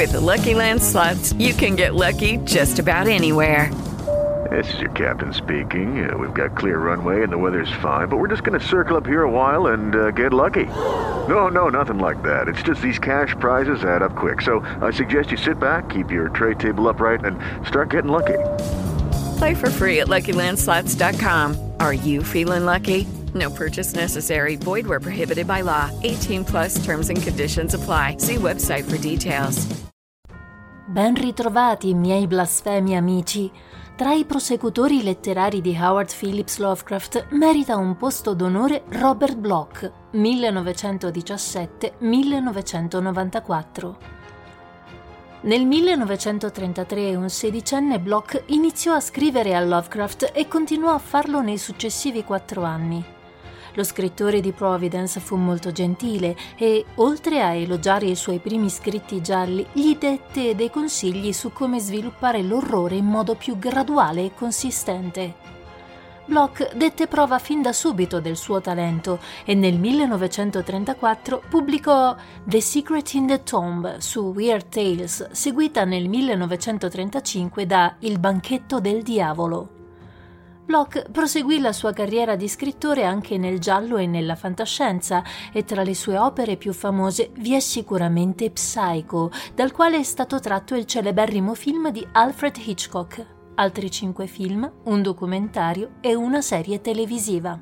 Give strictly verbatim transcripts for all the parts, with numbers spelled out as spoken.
With Lucky Land Slots, you can get lucky just about anywhere. This is your captain speaking. Uh, we've got clear runway and the weather's fine, but we're just going to circle up here a while and uh, get lucky. No, no, nothing like that. It's just these cash prizes add up quick. So I suggest you sit back, keep your tray table upright, and start getting lucky. Play for free at Lucky Land Slots dot com. Are you feeling lucky? No purchase necessary. Void where prohibited by law. eighteen plus terms and conditions apply. See website for details. Ben ritrovati, miei blasfemi amici. Tra i prosecutori letterari di Howard Phillips Lovecraft merita un posto d'onore Robert Bloch, millenovecentodiciassette millenovecentonovantaquattro. Nel millenovecentotrentatré un sedicenne Bloch iniziò a scrivere a Lovecraft e continuò a farlo nei successivi quattro anni. Lo scrittore di Providence fu molto gentile e, oltre a elogiare i suoi primi scritti gialli, gli dette dei consigli su come sviluppare l'orrore in modo più graduale e consistente. Bloch dette prova fin da subito del suo talento e nel millenovecentotrentaquattro pubblicò The Secret in the Tomb su Weird Tales, seguita nel millenovecentotrentacinque da Il banchetto del diavolo. Bloch proseguì la sua carriera di scrittore anche nel giallo e nella fantascienza e tra le sue opere più famose vi è sicuramente Psycho, dal quale è stato tratto il celeberrimo film di Alfred Hitchcock, altri cinque film, un documentario e una serie televisiva.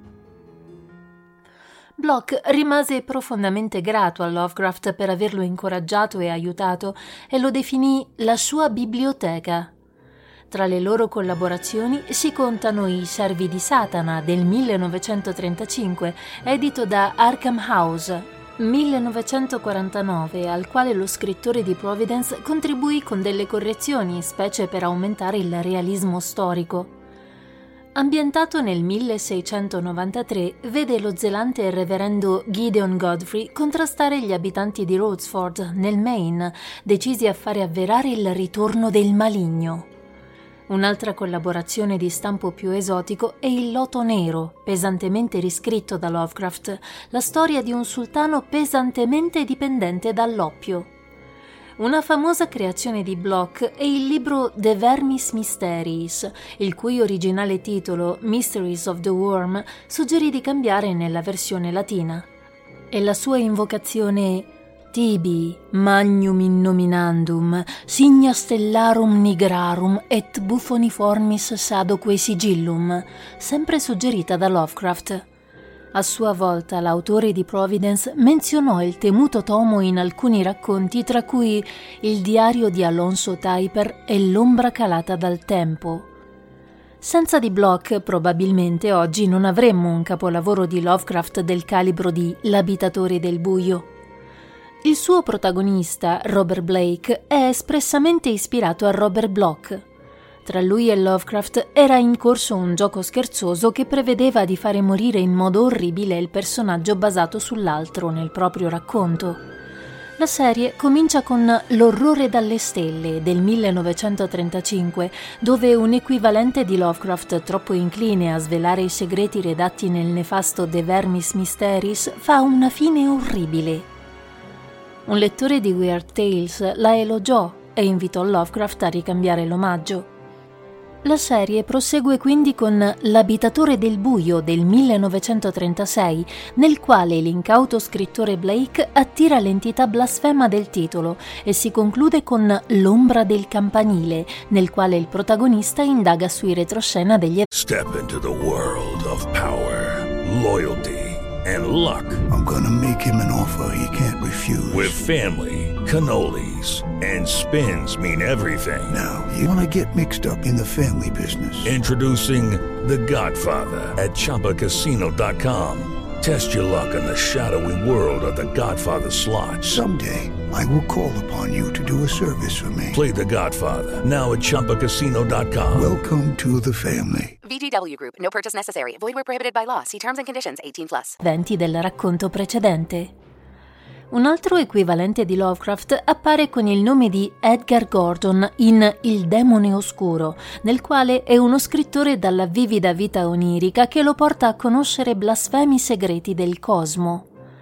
Bloch rimase profondamente grato a Lovecraft per averlo incoraggiato e aiutato e lo definì la sua biblioteca. Tra le loro collaborazioni si contano I servi di Satana del millenovecentotrentacinque, edito da Arkham House, millenovecentoquarantanove, al quale lo scrittore di Providence contribuì con delle correzioni, specie per aumentare il realismo storico. Ambientato nel milleseicentonovantatré, vede lo zelante reverendo Gideon Godfrey contrastare gli abitanti di Rhodsford, nel Maine, decisi a fare avverare il ritorno del maligno. Un'altra collaborazione di stampo più esotico è Il Loto Nero, pesantemente riscritto da Lovecraft, la storia di un sultano pesantemente dipendente dall'oppio. Una famosa creazione di Bloch è il libro The Vermis Mysteries, il cui originale titolo, Mysteries of the Worm, suggerì di cambiare nella versione latina. E la sua invocazione Tibi magnum innominandum, signa stellarum nigrarum et buffoniformis sadoque sigillum, sempre suggerita da Lovecraft. A sua volta l'autore di Providence menzionò il temuto tomo in alcuni racconti, tra cui Il diario di Alonso Typer e L'ombra calata dal tempo. Senza di Bloch probabilmente oggi non avremmo un capolavoro di Lovecraft del calibro di L'abitatore del buio. Il suo protagonista, Robert Blake, è espressamente ispirato a Robert Bloch. Tra lui e Lovecraft era in corso un gioco scherzoso che prevedeva di fare morire in modo orribile il personaggio basato sull'altro nel proprio racconto. La serie comincia con L'orrore dalle stelle del millenovecentotrentacinque, dove un equivalente di Lovecraft troppo incline a svelare i segreti redatti nel nefasto The Vermis Mysteries fa una fine orribile. Un lettore di Weird Tales la elogiò e invitò Lovecraft a ricambiare l'omaggio. La serie prosegue quindi con L'abitatore del buio del millenovecentotrentasei, nel quale l'incauto scrittore Blake attira l'entità blasfema del titolo e si conclude con L'ombra del campanile, nel quale il protagonista indaga sui retroscena degli eventi. Step into the world of power, loyalty and luck. I'm gonna make him an offer he can't refuse. With family, cannolis, and spins mean everything. Now, you wanna get mixed up in the family business. Introducing The Godfather at Chumba Casino dot com. Test your luck in the shadowy world of The Godfather slot. Someday, I will call upon you to do a service for me. Play The Godfather, now at Chumba Casino dot com. Welcome to the family. V G W Group. No purchase necessary. Void where prohibited by law. See terms and conditions. eighteen plus. Eventi del racconto precedente. Un altro equivalente di Lovecraft appare con il nome di Edgar Gordon in Il demone oscuro, nel quale è uno scrittore dalla vivida vita onirica che lo porta a conoscere blasfemi segreti del cosmo.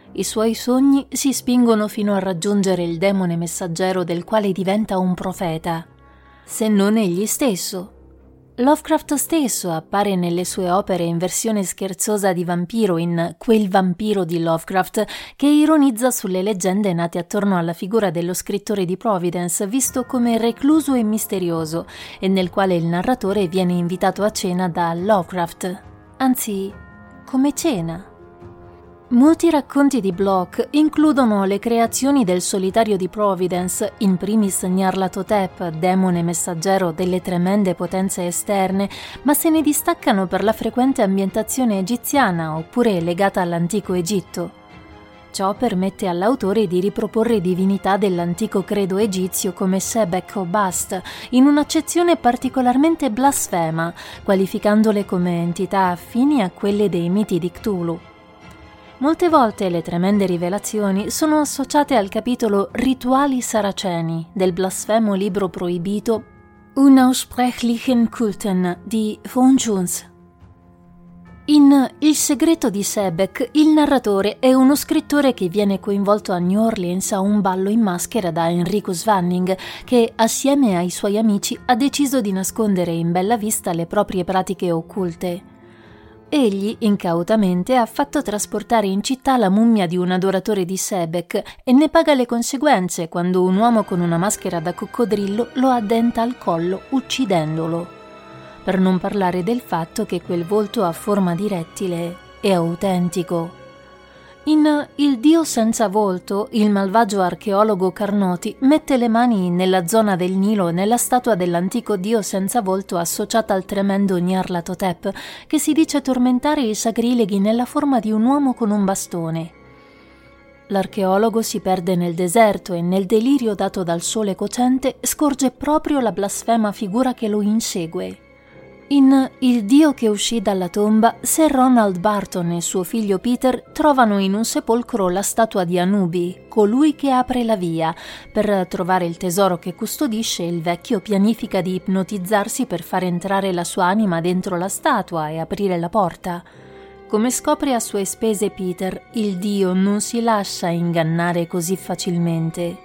I suoi sogni si spingono fino a raggiungere il demone messaggero del quale diventa un profeta, se non egli stesso. Lovecraft stesso appare nelle sue opere in versione scherzosa di vampiro in Quel vampiro di Lovecraft, che ironizza sulle leggende nate attorno alla figura dello scrittore di Providence, visto come recluso e misterioso, e nel quale il narratore viene invitato a cena da Lovecraft, anzi, come cena. Molti racconti di Bloch includono le creazioni del solitario di Providence, in primis Nyarlathotep, demone messaggero delle tremende potenze esterne, ma se ne distaccano per la frequente ambientazione egiziana oppure legata all'antico Egitto. Ciò permette all'autore di riproporre divinità dell'antico credo egizio come Sebek o Bast, in un'accezione particolarmente blasfema, qualificandole come entità affini a quelle dei miti di Cthulhu. Molte volte le tremende rivelazioni sono associate al capitolo Rituali saraceni del blasfemo libro proibito Unaussprechlichen Kulten di von Jones. In Il segreto di Sebek, il narratore è uno scrittore che viene coinvolto a New Orleans a un ballo in maschera da Enrico Svanning, che assieme ai suoi amici ha deciso di nascondere in bella vista le proprie pratiche occulte. Egli, incautamente, ha fatto trasportare in città la mummia di un adoratore di Sebek e ne paga le conseguenze quando un uomo con una maschera da coccodrillo lo addenta al collo, uccidendolo. Per non parlare del fatto che quel volto a forma di rettile è autentico. In Il Dio senza volto, il malvagio archeologo Carnoti mette le mani nella zona del Nilo nella statua dell'antico dio senza volto associata al tremendo Nyarlathotep, che si dice tormentare i sacrileghi nella forma di un uomo con un bastone. L'archeologo si perde nel deserto e nel delirio dato dal sole cocente scorge proprio la blasfema figura che lo insegue. In Il Dio che uscì dalla tomba, Sir Ronald Barton e suo figlio Peter trovano in un sepolcro la statua di Anubi, colui che apre la via. Per trovare il tesoro che custodisce, il vecchio pianifica di ipnotizzarsi per far entrare la sua anima dentro la statua e aprire la porta. Come scopre a sue spese Peter, il Dio non si lascia ingannare così facilmente.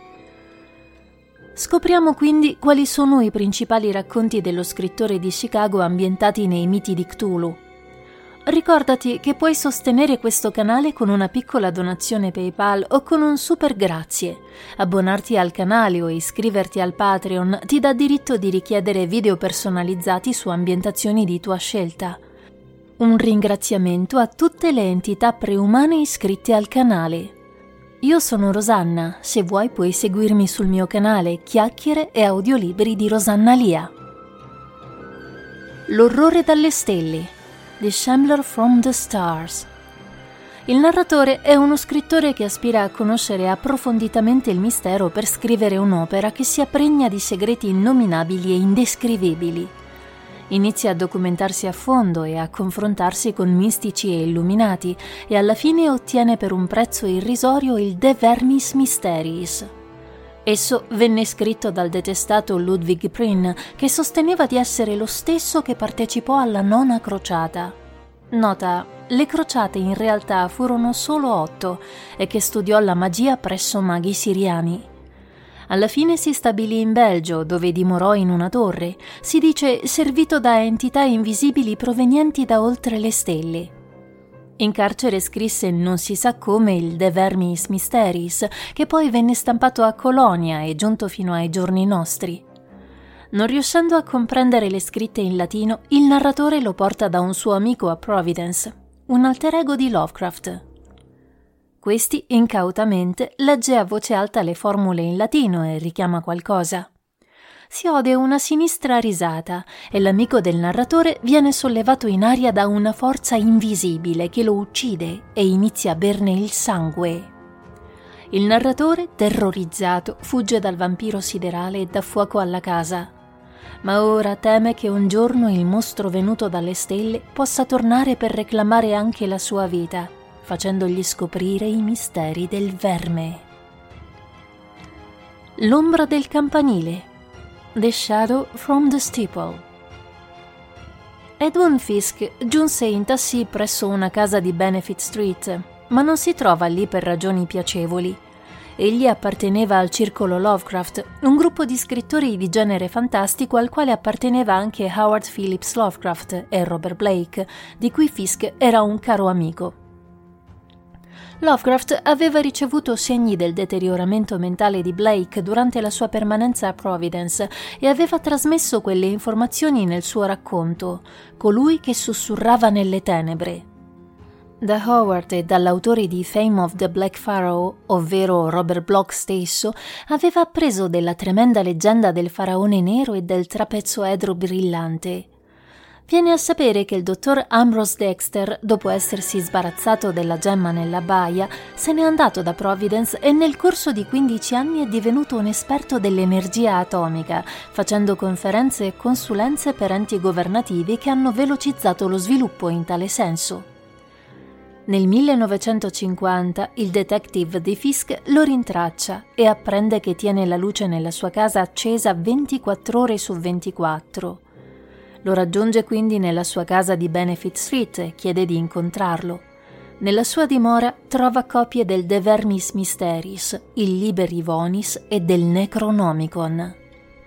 Scopriamo quindi quali sono i principali racconti dello scrittore di Chicago ambientati nei miti di Cthulhu. Ricordati che puoi sostenere questo canale con una piccola donazione PayPal o con un super grazie. Abbonarti al canale o iscriverti al Patreon ti dà diritto di richiedere video personalizzati su ambientazioni di tua scelta. Un ringraziamento a tutte le entità preumane iscritte al canale. Io sono Rosanna, se vuoi puoi seguirmi sul mio canale Chiacchiere e Audiolibri di Rosanna Lia. L'orrore dalle stelle, The Shambler from the Stars. Il narratore è uno scrittore che aspira a conoscere approfonditamente il mistero per scrivere un'opera che sia pregna di segreti innominabili e indescrivibili. Inizia a documentarsi a fondo e a confrontarsi con mistici e illuminati e alla fine ottiene per un prezzo irrisorio il De Vermis Mysteris. Esso venne scritto dal detestato Ludwig Prien, che sosteneva di essere lo stesso che partecipò alla nona crociata. Nota, le crociate in realtà furono solo otto e che studiò la magia presso maghi siriani. Alla fine si stabilì in Belgio, dove dimorò in una torre, si dice servito da entità invisibili provenienti da oltre le stelle. In carcere scrisse non si sa come il De Vermis Mysteris, che poi venne stampato a Colonia e giunto fino ai giorni nostri. Non riuscendo a comprendere le scritte in latino, il narratore lo porta da un suo amico a Providence, un alter ego di Lovecraft. Questi, incautamente, legge a voce alta le formule in latino e richiama qualcosa. Si ode una sinistra risata e l'amico del narratore viene sollevato in aria da una forza invisibile che lo uccide e inizia a berne il sangue. Il narratore, terrorizzato, fugge dal vampiro siderale e dà fuoco alla casa. Ma ora teme che un giorno il mostro venuto dalle stelle possa tornare per reclamare anche la sua vita, facendogli scoprire i misteri del verme. L'ombra del campanile, The Shadow from the Steeple. Edwin Fisk giunse in tassì presso una casa di Benefit Street. ma non si trova lì per ragioni piacevoli. Egli apparteneva al circolo Lovecraft, un gruppo di scrittori di genere fantastico al quale apparteneva anche Howard Phillips Lovecraft e Robert Blake, di cui Fisk era un caro amico. Lovecraft aveva ricevuto segni del deterioramento mentale di Blake durante la sua permanenza a Providence e aveva trasmesso quelle informazioni nel suo racconto, Colui che sussurrava nelle tenebre. Da Howard e dall'autore di Fame of the Black Pharaoh, ovvero Robert Bloch stesso, aveva appreso della tremenda leggenda del faraone nero e del trapezoedro brillante. Viene a sapere che il dottor Ambrose Dexter, dopo essersi sbarazzato della gemma nella baia, se n'è andato da Providence e nel corso di quindici anni è divenuto un esperto dell'energia atomica, facendo conferenze e consulenze per enti governativi che hanno velocizzato lo sviluppo in tale senso. Nel millenovecentocinquanta il detective di Fisk lo rintraccia e apprende che tiene la luce nella sua casa accesa ventiquattro ore su ventiquattro. Lo raggiunge quindi nella sua casa di Benefit Street e chiede di incontrarlo. Nella sua dimora trova copie del De Vermis Mysteris, il Liber Ivonis e del Necronomicon.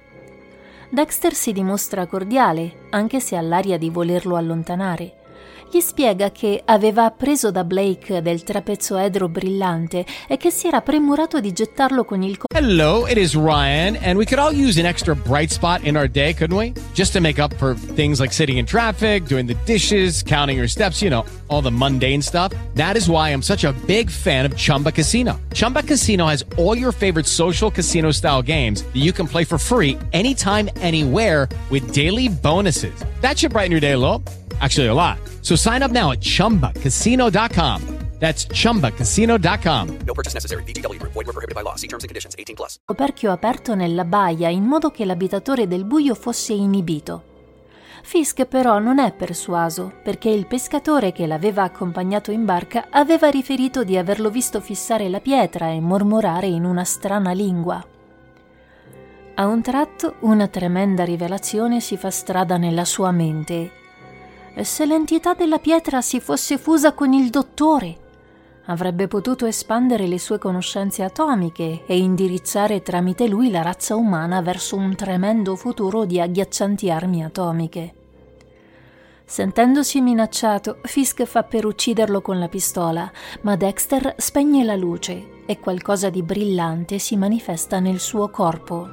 Dexter si dimostra cordiale, anche se ha l'aria di volerlo allontanare. Gli spiega che aveva appreso da Blake del trapezoedro brillante e che si era premurato di gettarlo con il co- Hello, it is Ryan, and we could all use an extra bright spot in our day, couldn't we? Just to make up for things like sitting in traffic, doing the dishes, counting your steps, you know, all the mundane stuff. That is why I'm such a big fan of Chumba Casino. Chumba Casino has all your favorite social casino-style games that you can play for free anytime, anywhere with daily bonuses. That should brighten your day a little. Actually, a lot. So sign up now at chumba casino dot com. That's chumba casino dot com. No purchase necessary. V G W Group. Void where prohibited by law. See terms and conditions. eighteen plus. Coperchio aperto nella baia in modo che l'abitatore del buio fosse inibito. Fisk però non è persuaso, perché il pescatore che l'aveva accompagnato in barca aveva riferito di averlo visto fissare la pietra e mormorare in una strana lingua. A un tratto una tremenda rivelazione si fa strada nella sua mente. E se l'entità della pietra si fosse fusa con il dottore? Avrebbe potuto espandere le sue conoscenze atomiche e indirizzare tramite lui la razza umana verso un tremendo futuro di agghiaccianti armi atomiche. Sentendosi minacciato, Fisk fa per ucciderlo con la pistola, ma Dexter spegne la luce e qualcosa di brillante si manifesta nel suo corpo.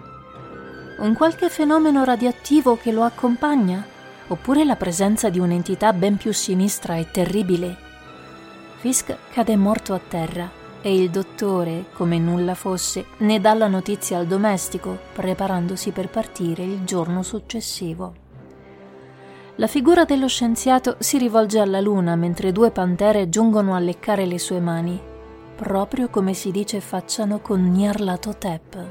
Un qualche fenomeno radioattivo che lo accompagna? Oppure la presenza di un'entità ben più sinistra e terribile? Fisk cade morto a terra e il dottore, come nulla fosse, ne dà la notizia al domestico, preparandosi per partire il giorno successivo. La figura dello scienziato si rivolge alla luna mentre due pantere giungono a leccare le sue mani, proprio come si dice facciano con Nyarlathotep.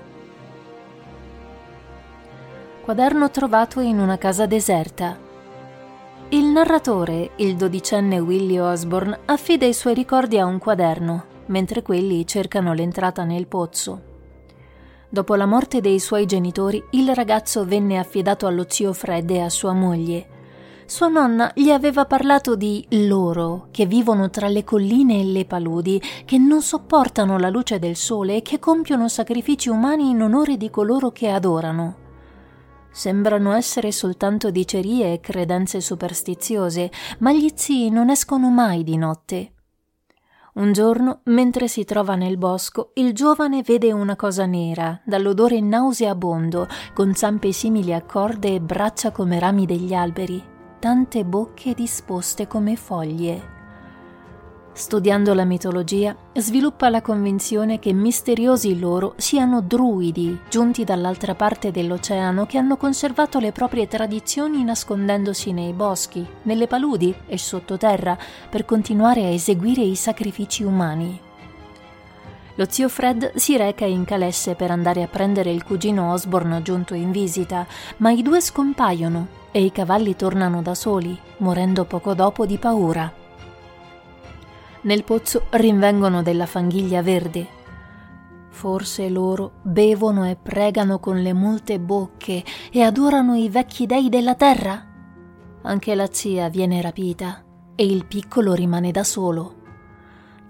Quaderno trovato in una casa deserta. Il narratore, il dodicenne Willie Osborne, affida i suoi ricordi a un quaderno, mentre quelli cercano l'entrata nel pozzo. Dopo la morte dei suoi genitori, il ragazzo venne affidato allo zio Fred e a sua moglie. Sua nonna gli aveva parlato di loro, che vivono tra le colline e le paludi, che non sopportano la luce del sole e che compiono sacrifici umani in onore di coloro che adorano. Sembrano essere soltanto dicerie e credenze superstiziose, ma gli zii non escono mai di notte. Un giorno, mentre si trova nel bosco, il giovane vede una cosa nera, dall'odore nauseabondo, con zampe simili a corde e braccia come rami degli alberi, tante bocche disposte come foglie. Studiando la mitologia, sviluppa la convinzione che misteriosi loro siano druidi giunti dall'altra parte dell'oceano che hanno conservato le proprie tradizioni nascondendosi nei boschi, nelle paludi e sottoterra per continuare a eseguire i sacrifici umani. Lo zio Fred si reca in calesse per andare a prendere il cugino Osborne giunto in visita, ma i due scompaiono e i cavalli tornano da soli, morendo poco dopo di paura. Nel pozzo rinvengono della fanghiglia verde. Forse loro bevono e pregano con le molte bocche e adorano i vecchi dei della terra? Anche la zia viene rapita e il piccolo rimane da solo.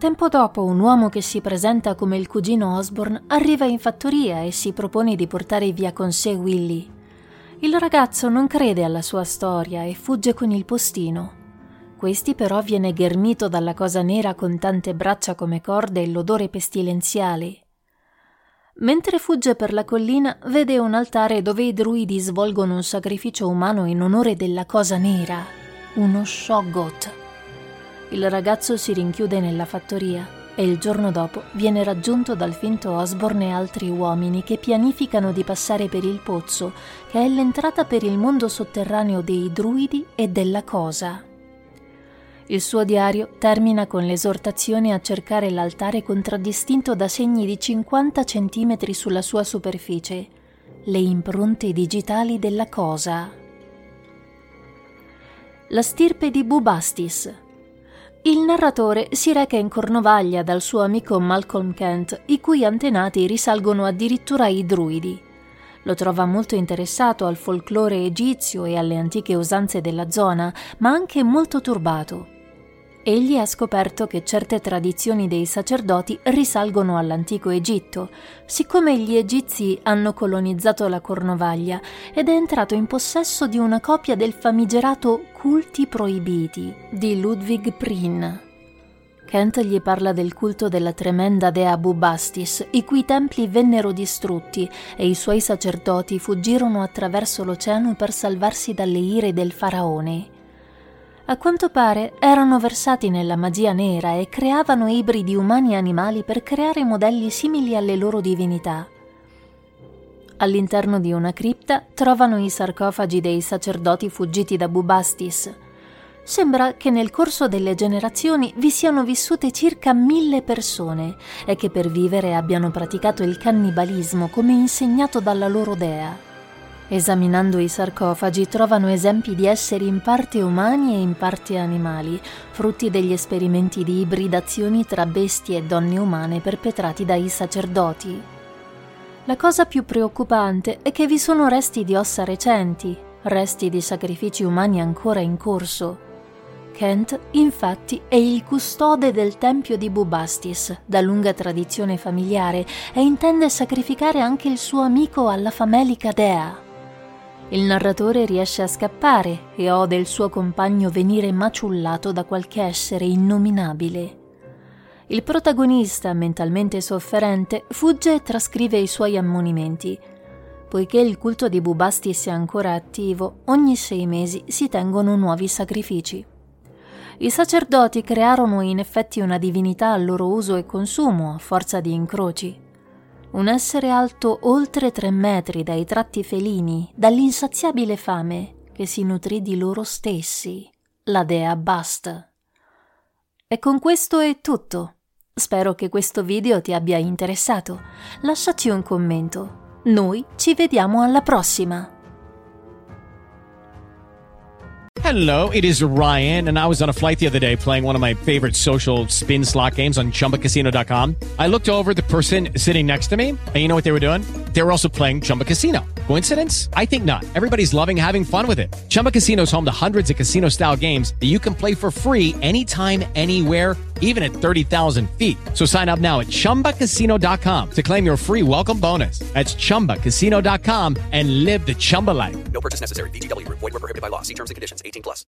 Tempo dopo, un uomo che si presenta come il cugino Osborne arriva in fattoria e si propone di portare via con sé Willy. Il ragazzo non crede alla sua storia e fugge con il postino. Questi però viene ghermito dalla cosa nera con tante braccia come corde e l'odore pestilenziale. Mentre fugge per la collina, vede un altare dove i druidi svolgono un sacrificio umano in onore della cosa nera, uno Shoggoth. Il ragazzo si rinchiude nella fattoria e il giorno dopo viene raggiunto dal finto Osborne e altri uomini che pianificano di passare per il pozzo, che è l'entrata per il mondo sotterraneo dei druidi e della cosa. Il suo diario termina con l'esortazione a cercare l'altare contraddistinto da segni di cinquanta centimetri sulla sua superficie, le impronte digitali della cosa. La stirpe di Bubastis. Il narratore si reca in Cornovaglia dal suo amico Malcolm Kent, i cui antenati risalgono addirittura ai druidi. Lo trova molto interessato al folklore egizio e alle antiche usanze della zona, ma anche molto turbato. Egli ha scoperto che certe tradizioni dei sacerdoti risalgono all'antico Egitto, siccome gli egizi hanno colonizzato la Cornovaglia, ed è entrato in possesso di una copia del famigerato Culti Proibiti di Ludwig Prien. Kent gli parla del culto della tremenda dea Bubastis, i cui templi vennero distrutti e i suoi sacerdoti fuggirono attraverso l'oceano per salvarsi dalle ire del faraone. A quanto pare erano versati nella magia nera e creavano ibridi umani e animali per creare modelli simili alle loro divinità. All'interno di una cripta trovano i sarcofagi dei sacerdoti fuggiti da Bubastis. Sembra che nel corso delle generazioni vi siano vissute circa mille persone e che per vivere abbiano praticato il cannibalismo come insegnato dalla loro dea. Esaminando i sarcofagi trovano esempi di esseri in parte umani e in parte animali, frutti degli esperimenti di ibridazioni tra bestie e donne umane perpetrati dai sacerdoti. La cosa più preoccupante è che vi sono resti di ossa recenti, resti di sacrifici umani ancora in corso. Kent, infatti, è il custode del tempio di Bubastis, da lunga tradizione familiare, e intende sacrificare anche il suo amico alla famelica dea. Il narratore riesce a scappare e ode il suo compagno venire maciullato da qualche essere innominabile. Il protagonista, mentalmente sofferente, fugge e trascrive i suoi ammonimenti. Poiché il culto di Bubastis è ancora attivo, ogni sei mesi si tengono nuovi sacrifici. I sacerdoti crearono in effetti una divinità al loro uso e consumo a forza di incroci. Un essere alto oltre tre metri dai tratti felini, dall'insaziabile fame, che si nutrì di loro stessi, la dea Bast. E con questo è tutto. Spero che questo video ti abbia interessato. Lasciaci un commento. Noi ci vediamo alla prossima! Hello, it is Ryan, and I was on a flight the other day playing one of my favorite social spin slot games on Chumba Casino dot com. I looked over at the person sitting next to me, and you know what they were doing? They were also playing Chumba Casino. Coincidence? I think not. Everybody's loving having fun with it. Chumba Casino is home to hundreds of casino-style games that you can play for free anytime, anywhere, even at thirty thousand feet. So sign up now at Chumba Casino dot com to claim your free welcome bonus. That's Chumba Casino dot com and live the Chumba life. No purchase necessary. V G W. Void where prohibited by law. See terms and conditions. eighteen plus.